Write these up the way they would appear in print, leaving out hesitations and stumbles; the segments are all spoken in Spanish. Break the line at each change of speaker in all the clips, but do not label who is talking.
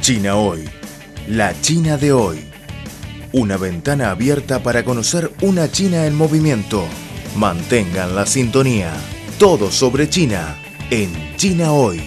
China Hoy, la China de hoy. Una ventana abierta para conocer una China en movimiento. Mantengan la sintonía. Todo sobre China en China Hoy.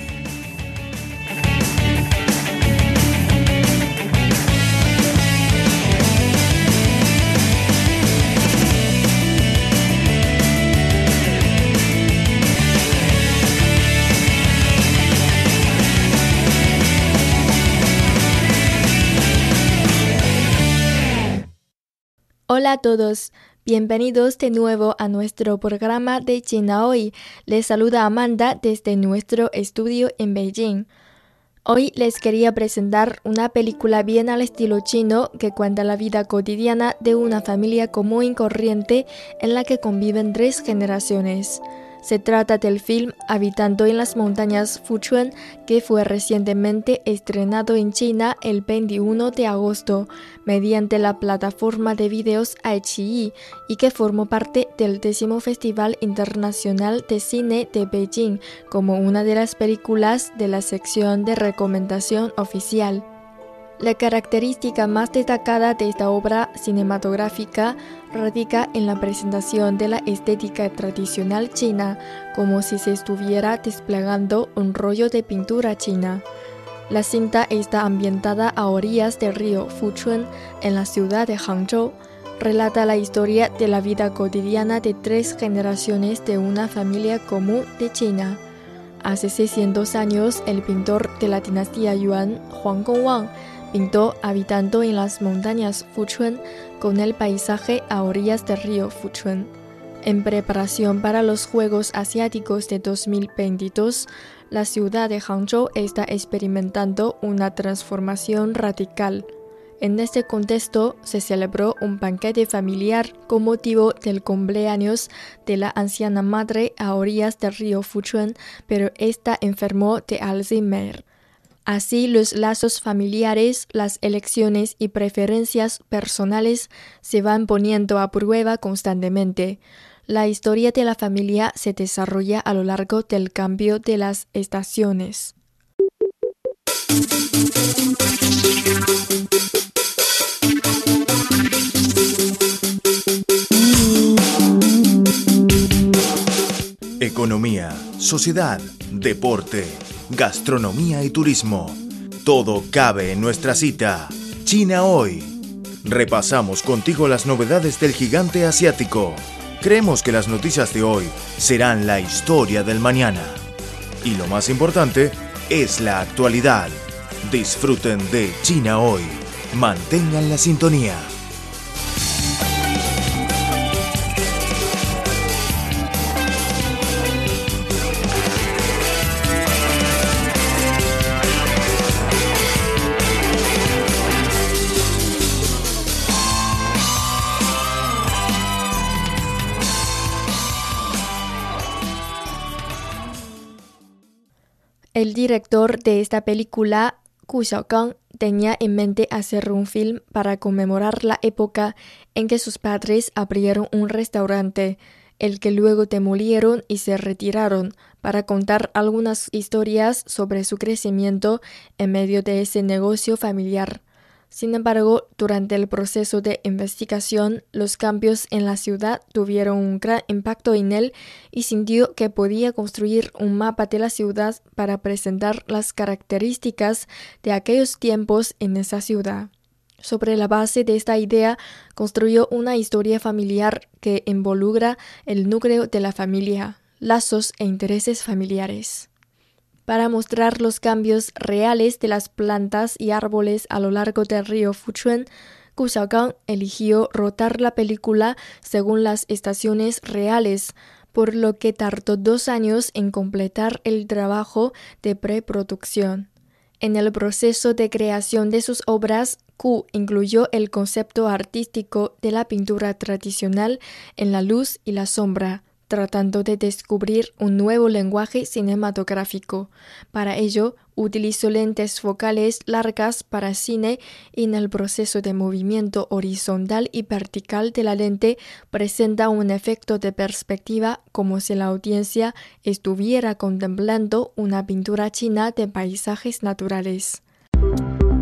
Hola a todos, bienvenidos de nuevo a nuestro programa de China Hoy. Les saluda Amanda desde nuestro estudio en Beijing. Hoy les quería presentar una película bien al estilo chino que cuenta la vida cotidiana de una familia común y corriente en la que conviven 3 generaciones. Se trata del film Habitando en las montañas Fuchun, que fue recientemente estrenado en China el 21 de agosto mediante la plataforma de videos iQIYI y que formó parte del 10º Festival Internacional de Cine de Beijing como una de las películas de la sección de recomendación oficial. La característica más destacada de esta obra cinematográfica radica en la presentación de la estética tradicional china, como si se estuviera desplegando un rollo de pintura china. La cinta está ambientada a orillas del río Fuchun, en la ciudad de Hangzhou. Relata la historia de la vida cotidiana de 3 generaciones de una familia común de China. Hace 600 años, el pintor de la dinastía Yuan, Huang Gongwang, pintó Habitando en las montañas Fuchun con el paisaje a orillas del río Fuchun. En preparación para los Juegos Asiáticos de 2022, la ciudad de Hangzhou está experimentando una transformación radical. En este contexto, se celebró un banquete familiar con motivo del cumpleaños de la anciana madre a orillas del río Fuchun, pero esta enfermó de Alzheimer. Así, los lazos familiares, las elecciones y preferencias personales se van poniendo a prueba constantemente. La historia de la familia se desarrolla a lo largo del cambio de las estaciones.
Economía, sociedad, deporte, gastronomía y turismo. Todo cabe en nuestra cita. China Hoy. Repasamos contigo las novedades del gigante asiático. Creemos que las noticias de hoy serán la historia del mañana. Y lo más importante es la actualidad. Disfruten de China Hoy. Mantengan la sintonía.
El director de esta película, Gu Xiaogang, tenía en mente hacer un film para conmemorar la época en que sus padres abrieron un restaurante, el que luego demolieron y se retiraron, para contar algunas historias sobre su crecimiento en medio de ese negocio familiar. Sin embargo, durante el proceso de investigación, los cambios en la ciudad tuvieron un gran impacto en él y sintió que podía construir un mapa de la ciudad para presentar las características de aquellos tiempos en esa ciudad. Sobre la base de esta idea, construyó una historia familiar que involucra el núcleo de la familia, lazos e intereses familiares. Para mostrar los cambios reales de las plantas y árboles a lo largo del río Fuchun, Gu Xiaogang eligió rodar la película según las estaciones reales, por lo que tardó 2 años en completar el trabajo de preproducción. En el proceso de creación de sus obras, Gu incluyó el concepto artístico de la pintura tradicional en la luz y la sombra, tratando de descubrir un nuevo lenguaje cinematográfico. Para ello, utilizó lentes focales largas para cine y en el proceso de movimiento horizontal y vertical de la lente presenta un efecto de perspectiva como si la audiencia estuviera contemplando una pintura china de paisajes naturales.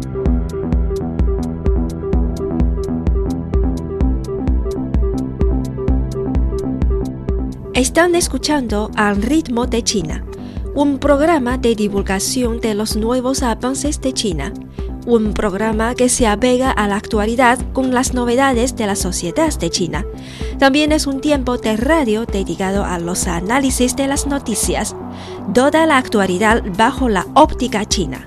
Están escuchando Al ritmo de China, un programa de divulgación de los nuevos avances de China, un programa que se apega a la actualidad con las novedades de la sociedad de China. También es un tiempo de radio dedicado a los análisis de las noticias, toda la actualidad bajo la óptica china.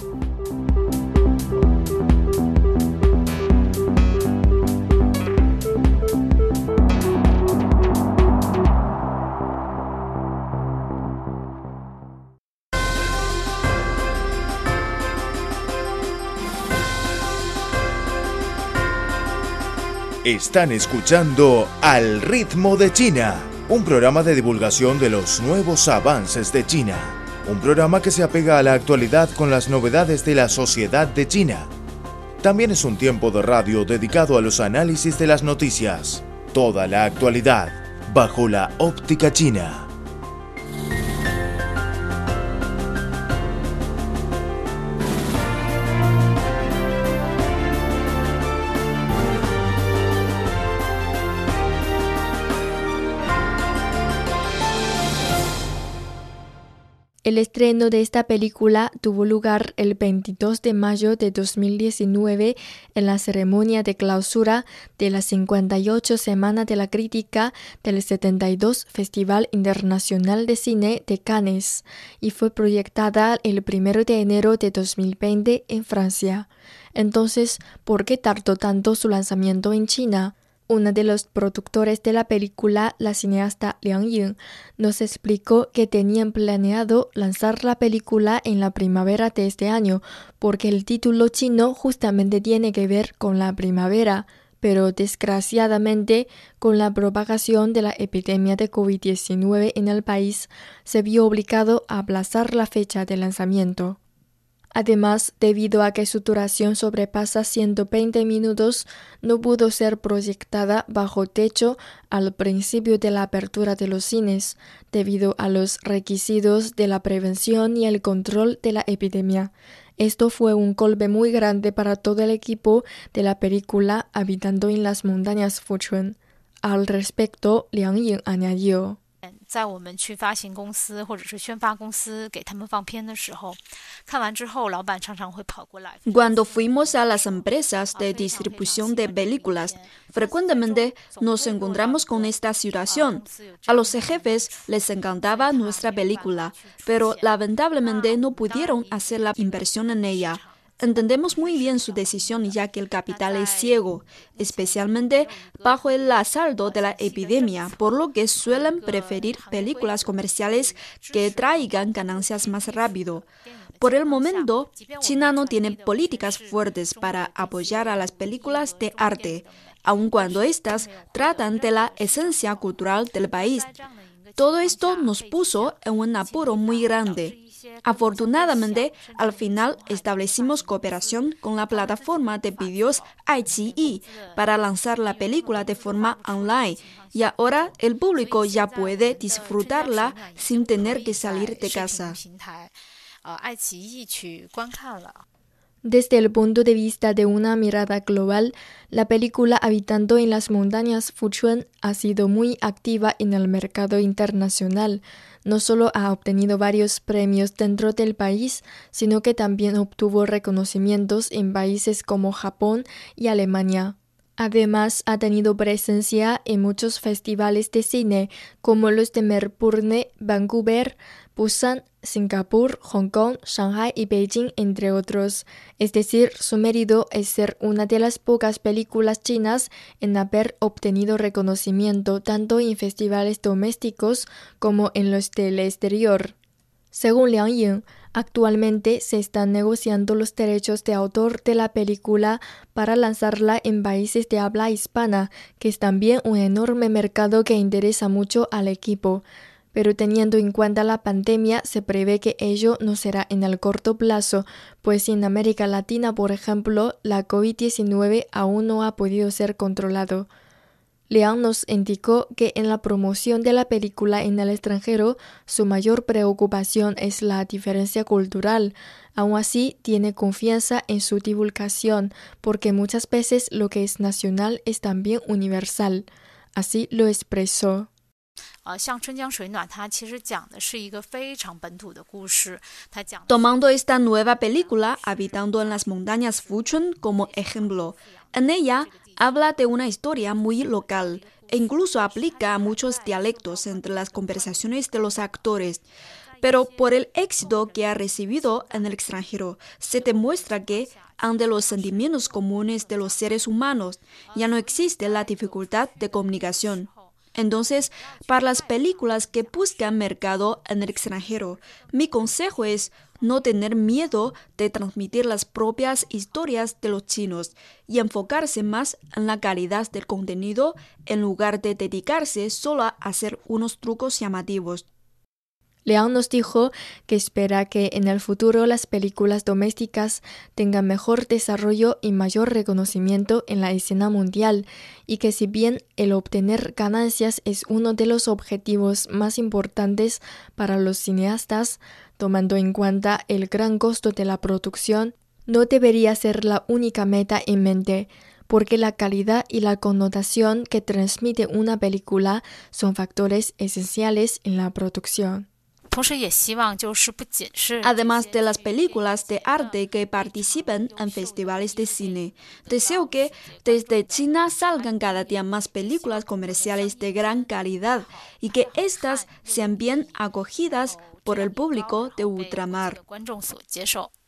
Están escuchando Al ritmo de China, un programa de divulgación de los nuevos avances de China. Un programa que se apega a la actualidad con las novedades de la sociedad de China. También es un tiempo de radio dedicado a los análisis de las noticias. Toda la actualidad bajo la óptica china.
El estreno de esta película tuvo lugar el 22 de mayo de 2019 en la ceremonia de clausura de la 58 Semana de la Crítica del 72 Festival Internacional de Cine de Cannes y fue proyectada el 1 de enero de 2020 en Francia. Entonces, ¿por qué tardó tanto su lanzamiento en China? Uno de los productores de la película, la cineasta Liang Ying, nos explicó que tenían planeado lanzar la película en la primavera de este año, porque el título chino justamente tiene que ver con la primavera, pero desgraciadamente, con la propagación de la epidemia de COVID-19 en el país, se vio obligado a aplazar la fecha de lanzamiento. Además, debido a que su duración sobrepasa 120 minutos, no pudo ser proyectada bajo techo al principio de la apertura de los cines, debido a los requisitos de la prevención y el control de la epidemia. Esto fue un golpe muy grande para todo el equipo de la película Habitando en las montañas Fuchun. Al respecto, Liang Ying añadió:
Cuando fuimos a las empresas de distribución de películas, frecuentemente nos encontramos con esta situación. A los jefes les encantaba nuestra película, pero lamentablemente no pudieron hacer la inversión en ella. Entendemos muy bien su decisión ya que el capital es ciego, especialmente bajo el asalto de la epidemia, por lo que suelen preferir películas comerciales que traigan ganancias más rápido. Por el momento, China no tiene políticas fuertes para apoyar a las películas de arte, aun cuando éstas tratan de la esencia cultural del país. Todo esto nos puso en un apuro muy grande. Afortunadamente, al final establecimos cooperación con la plataforma de vídeos iQIYI para lanzar la película de forma online y ahora el público ya puede disfrutarla sin tener que salir de casa.
Desde el punto de vista de una mirada global, la película Habitando en las montañas Fuchun ha sido muy activa en el mercado internacional. No solo ha obtenido varios premios dentro del país, sino que también obtuvo reconocimientos en países como Japón y Alemania. Además, ha tenido presencia en muchos festivales de cine, como los de Melbourne, Vancouver, Busan, Singapur, Hong Kong, Shanghai y Beijing, entre otros. Es decir, su mérito es ser una de las pocas películas chinas en haber obtenido reconocimiento tanto en festivales domésticos como en los del exterior. Según Liang Ying, actualmente se están negociando los derechos de autor de la película para lanzarla en países de habla hispana, que es también un enorme mercado que interesa mucho al equipo. Pero teniendo en cuenta la pandemia, se prevé que ello no será en el corto plazo, pues en América Latina, por ejemplo, la COVID-19 aún no ha podido ser controlado. Liang nos indicó que en la promoción de la película en el extranjero, su mayor preocupación es la diferencia cultural. Aún así, tiene confianza en su divulgación, porque muchas veces lo que es nacional es también universal. Así lo expresó.
Tomando esta nueva película, Habitando en las montañas Fuchun, como ejemplo, en ella habla de una historia muy local e incluso aplica a muchos dialectos entre las conversaciones de los actores. Pero por el éxito que ha recibido en el extranjero, se demuestra que, ante los sentimientos comunes de los seres humanos, ya no existe la dificultad de comunicación. Entonces, para las películas que buscan mercado en el extranjero, mi consejo es no tener miedo de transmitir las propias historias de los chinos y enfocarse más en la calidad del contenido en lugar de dedicarse solo a hacer unos trucos llamativos.
Liang nos dijo que espera que en el futuro las películas domésticas tengan mejor desarrollo y mayor reconocimiento en la escena mundial, y que si bien el obtener ganancias es uno de los objetivos más importantes para los cineastas, tomando en cuenta el gran costo de la producción, no debería ser la única meta en mente, porque la calidad y la connotación que transmite una película son factores esenciales en la producción.
Además de las películas de arte que participan en festivales de cine, deseo que desde China salgan cada día más películas comerciales de gran calidad y que éstas sean bien acogidas por el público de ultramar.